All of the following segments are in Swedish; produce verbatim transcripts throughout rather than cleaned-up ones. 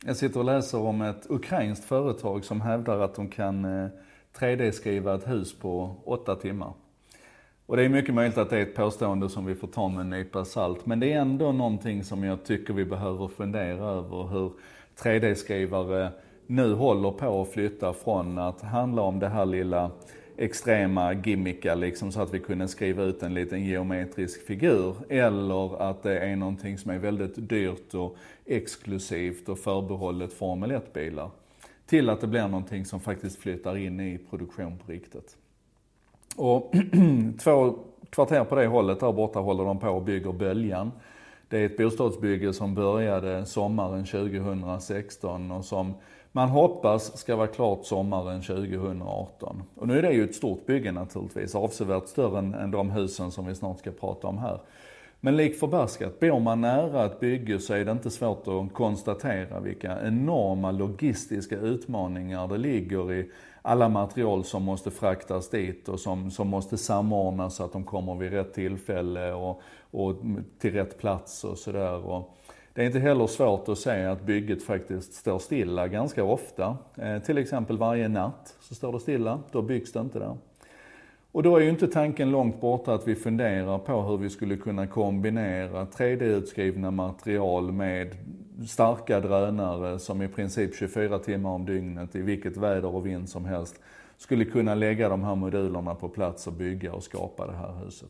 Jag sitter och läser om ett ukrainskt företag som hävdar att de kan tre D-skriva ett hus på åtta timmar. Och det är mycket möjligt att det är ett påstående som vi får ta med en nypa salt. Men det är ändå någonting som jag tycker vi behöver fundera över, hur tre D-skrivare nu håller på att flytta från att handla om det här lilla extrema gimmicka, liksom så att vi kunde skriva ut en liten geometrisk figur, eller att det är någonting som är väldigt dyrt och exklusivt och förbehållet Formel ett-bilar, till att det blir någonting som faktiskt flyttar in i produktion på riktigt. Och två kvarter på det hållet där borta håller de på och bygger Böljan. Det är ett bostadsbygge som började sommaren tjugohundrasexton och som man hoppas ska vara klart sommaren tjugohundraarton. Och nu är det ju ett stort bygge naturligtvis, avsevärt större än, än de husen som vi snart ska prata om här. Men lik förbaskat, bor man nära ett bygge så är det inte svårt att konstatera vilka enorma logistiska utmaningar det ligger i alla material som måste fraktas dit och som, som måste samordnas så att de kommer vid rätt tillfälle och, och till rätt plats och sådär. Det är inte heller svårt att säga att bygget faktiskt står stilla ganska ofta. Eh, till exempel varje natt så står det stilla, då byggs det inte där. Och då är ju inte tanken långt borta att vi funderar på hur vi skulle kunna kombinera tre D-utskrivna material med starka drönare som i princip tjugofyra timmar om dygnet i vilket väder och vind som helst skulle kunna lägga de här modulerna på plats och bygga och skapa det här huset.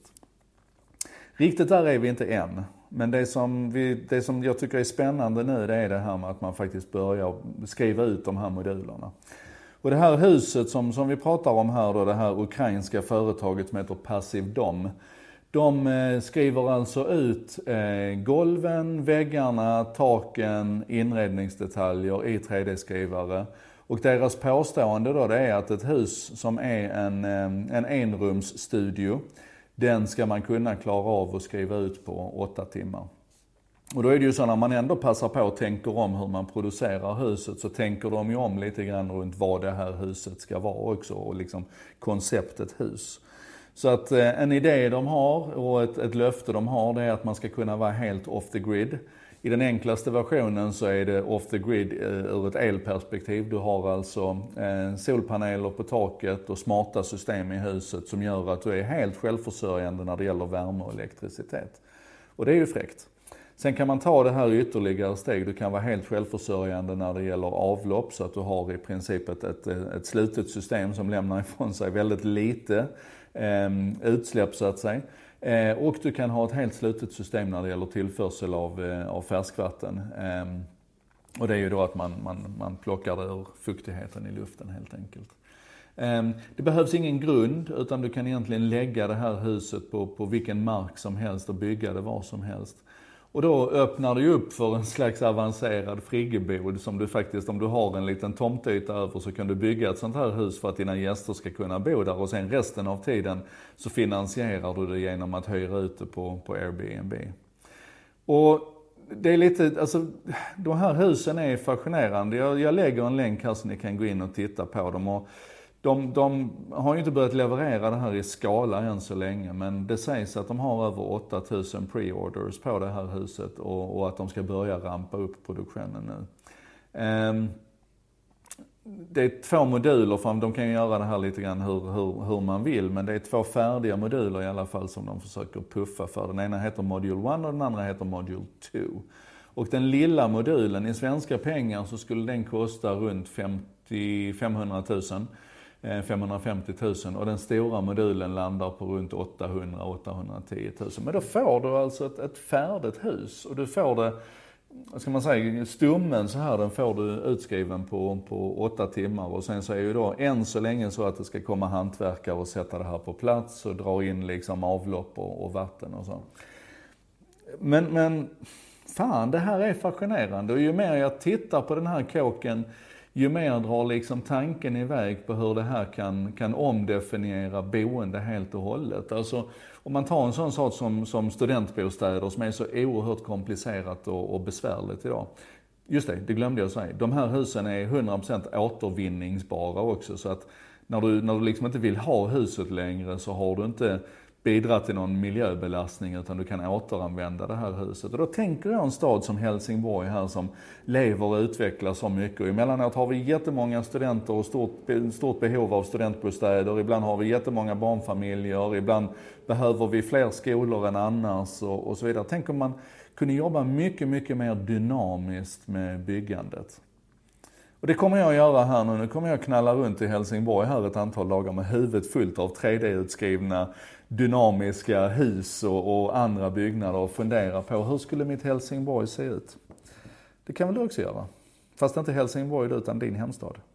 Riktigt där är vi inte än, men det som, vi, det som jag tycker är spännande nu, det är det här med att man faktiskt börjar skriva ut de här modulerna. Och det här huset som, som vi pratar om här då, det här ukrainska företaget som heter Passivdom, de eh, skriver alltså ut eh, golven, väggarna, taken, inredningsdetaljer i tre D-skrivare. Och deras påstående då, det är att ett hus som är en, eh, en enrumsstudio, den ska man kunna klara av att skriva ut på åtta timmar. Och då är det ju så, när man ändå passar på och tänker om hur man producerar huset, så tänker de ju om lite grann runt vad det här huset ska vara också, och liksom konceptet hus. Så att eh, en idé de har och ett, ett löfte de har, det är att man ska kunna vara helt off the grid. I den enklaste versionen så är det off the grid eh, ur ett elperspektiv. Du har alltså eh, solpaneler på taket och smarta system i huset som gör att du är helt självförsörjande när det gäller värme och elektricitet. Och det är ju fräckt. Sen kan man ta det här ytterligare steg. Du kan vara helt självförsörjande när det gäller avlopp, så att du har i princip ett, ett, ett slutet system som lämnar ifrån sig väldigt lite eh, utsläpp så att säga. Eh, och du kan ha ett helt slutet system när det gäller tillförsel av, eh, av färskvatten. Eh, och det är ju då att man, man, man plockar det ur fuktigheten i luften helt enkelt. Eh, det behövs ingen grund, utan du kan egentligen lägga det här huset på, på vilken mark som helst och bygga det var som helst. Och då öppnar du upp för en slags avancerad friggebod som du faktiskt, om du har en liten tomtyta över, så kan du bygga ett sånt här hus för att dina gäster ska kunna bo där. Och sen resten av tiden så finansierar du det genom att hyra ut det på, på Airbnb. Och det är lite, alltså de här husen är fascinerande. Jag, jag lägger en länk här så ni kan gå in och titta på dem. Och De, de har ju inte börjat leverera det här i skala än så länge, men det sägs att de har över åtta tusen pre-orders på det här huset och, och att de ska börja rampa upp produktionen nu. Um, det är två moduler, för de kan ju göra det här lite grann hur, hur, hur man vill, men det är två färdiga moduler i alla fall som de försöker puffa för. Den ena heter Module ett och den andra heter Module två. Och den lilla modulen, i svenska pengar så skulle den kosta runt femtio, femhundratusen. femhundrafemtio tusen, och den stora modulen landar på runt åttahundra till åttahundratio tusen. Men då får du alltså ett, ett färdigt hus, och du får det, vad ska man säga, stummen så här, den får du utskriven på, på åtta timmar. Och sen så är ju då än så länge så att det ska komma hantverkare och sätta det här på plats och dra in liksom avlopp och, och vatten och så. Men, men fan, det här är fascinerande, och ju mer jag tittar på den här kåken, ju mer drar liksom tanken iväg på hur det här kan, kan omdefiniera boende helt och hållet. Alltså, om man tar en sån sak som, som studentbostäder som är så oerhört komplicerat och, och besvärligt idag. Just det, det glömde jag säga. De här husen är hundra procent återvinningsbara också, så att när du, när du liksom inte vill ha huset längre så har du inte bidra till någon miljöbelastning, utan du kan återanvända det här huset. Och då tänker jag en stad som Helsingborg här som lever och utvecklas så mycket. Och emellanåt har vi jättemånga studenter och stort, stort behov av studentbostäder. Ibland har vi jättemånga barnfamiljer, ibland behöver vi fler skolor än annars och, och så vidare. Tänk om man kunde jobba mycket, mycket mer dynamiskt med byggandet. Och det kommer jag att göra här nu. Nu kommer jag knalla runt i Helsingborg här ett antal dagar med huvudet fullt av tre D-utskrivna dynamiska hus och, och andra byggnader och fundera på hur skulle mitt Helsingborg se ut. Det kan väl du också göra? Fast inte Helsingborg utan din hemstad.